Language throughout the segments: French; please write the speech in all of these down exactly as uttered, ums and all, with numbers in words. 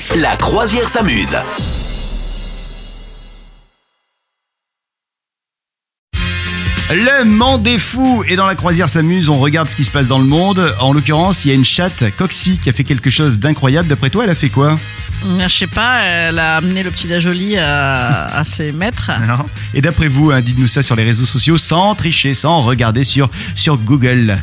La croisière s'amuse. Le monde est fou et dans la croisière s'amuse, on regarde ce qui se passe dans le monde. En l'occurrence, il y a une chatte, Coxy, qui a fait quelque chose d'incroyable. D'après toi, elle a fait quoi ? Je sais pas, elle a amené le petit déj au lit à, à ses maîtres. Non. Et d'après vous, hein, dites-nous ça sur les réseaux sociaux, sans tricher, sans regarder sur, sur Google.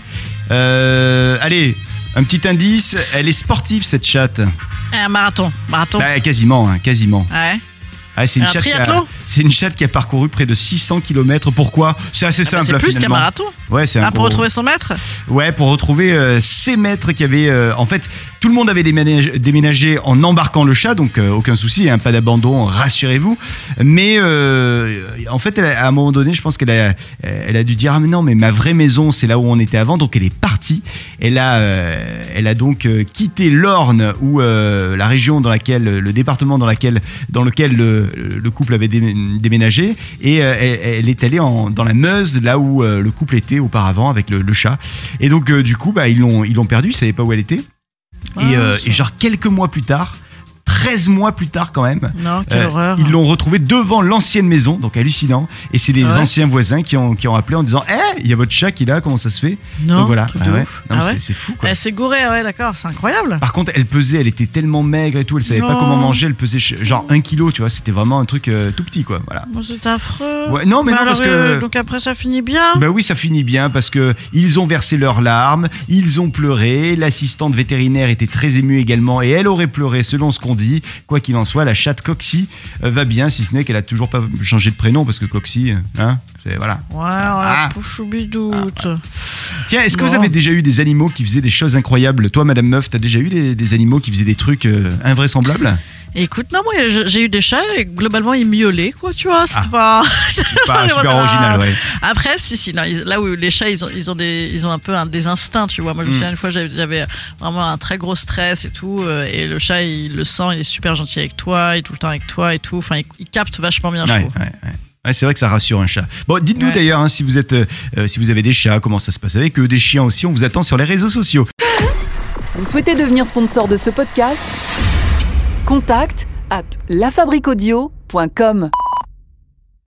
Euh, allez, un petit indice, elle est sportive cette chatte. Un marathon, marathon. Bah, quasiment, hein, quasiment. Ouais. Ah, c'est, une Un chatte qui a, triathlon c'est une chatte qui a parcouru près de six cents kilomètres. Pourquoi ? C'est assez Ah bah simple. c'est là, plus qu'un finalement. marathon. Ouais, c'est un Ah, pour gros- retrouver son maître. Ouais, pour retrouver euh, ces maîtres qui avaient... euh, en fait, tout le monde avait déménagé, déménagé en embarquant le chat, donc euh, aucun souci, hein, pas d'abandon, rassurez-vous. Mais euh, en fait, elle a- à un moment donné, je pense qu'elle a, elle a dû dire « Ah mais non, mais ma vraie maison, c'est là où on était avant », donc elle est partie. Elle a, euh, elle a donc euh, quitté l'Orne, ou euh, la région dans laquelle, le département dans, laquelle, dans lequel le, le couple avait dé- déménagé, et euh, elle, elle est allée en, dans la Meuse, là où euh, le couple était auparavant avec le, le chat. Et donc euh, du coup, bah, ils l'ont, ils l'ont perdu, ils savaient pas où elle était. Ah, et, euh, ça. et genre quelques mois plus tard, treize mois plus tard quand même, Non, quelle euh, horreur. ils l'ont retrouvé devant l'ancienne maison, donc hallucinant. Et c'est les Ah ouais anciens voisins qui ont, qui ont appelé en disant « Eh, il y a votre chat qui est là, comment ça se fait ?» Non, Donc voilà. truc Ah de ouais. ouf. Non, Ah c'est, ouais c'est fou quoi. Elle s'est gourée, ouais, d'accord, c'est incroyable. Par contre, elle pesait, elle était tellement maigre et tout, elle savait pas Non. comment manger, elle pesait ch- genre un kilo, tu vois, c'était vraiment un truc euh, tout petit quoi. Voilà. Bon, c'est affreux. Ouais, non, mais non, alors, parce que- euh, donc après, ça finit bien. Bah oui, ça finit bien parce que ils ont versé leurs larmes, ils ont pleuré, l'assistante vétérinaire était très émue également et elle aurait pleuré selon ce qu'on dit. Quoi qu'il en soit, la chatte Coxy euh, va bien, si ce n'est qu'elle a toujours pas changé de prénom parce que Coxy, euh, hein, c'est voilà. Ouais, Ah. voilà, pouchoubidoute. Tiens, est-ce que Bon. vous avez déjà eu des animaux qui faisaient des choses incroyables ? Toi, Madame Meuf, t'as déjà eu des, des animaux qui faisaient des trucs euh, invraisemblables ? Écoute, non, moi, j'ai j'ai eu des chats et globalement, ils miaulaient, quoi, tu vois. C'était Ah. pas. Pas super original, ouais. Après, si, si, non, ils- là où les chats, ils ont, ils ont, des, ils ont un peu un, des instincts, tu vois. Moi, je me Mm. souviens, une fois, j'avais, j'avais vraiment un très gros stress et tout. euh, Et le chat, il le sent, il est super gentil avec toi, il est tout le temps avec toi et tout. Enfin, il, il capte vachement bien, je Ouais, trouve. ouais, ouais. Ouais, c'est vrai que ça rassure un chat. Bon, dites-nous Ouais. d'ailleurs hein, si vous êtes, euh, euh, si vous avez des chats, comment ça se passe avec eux, des chiens aussi. On vous attend sur les réseaux sociaux. Vous souhaitez devenir sponsor de ce podcast ? Contact à la fabrique audio point com.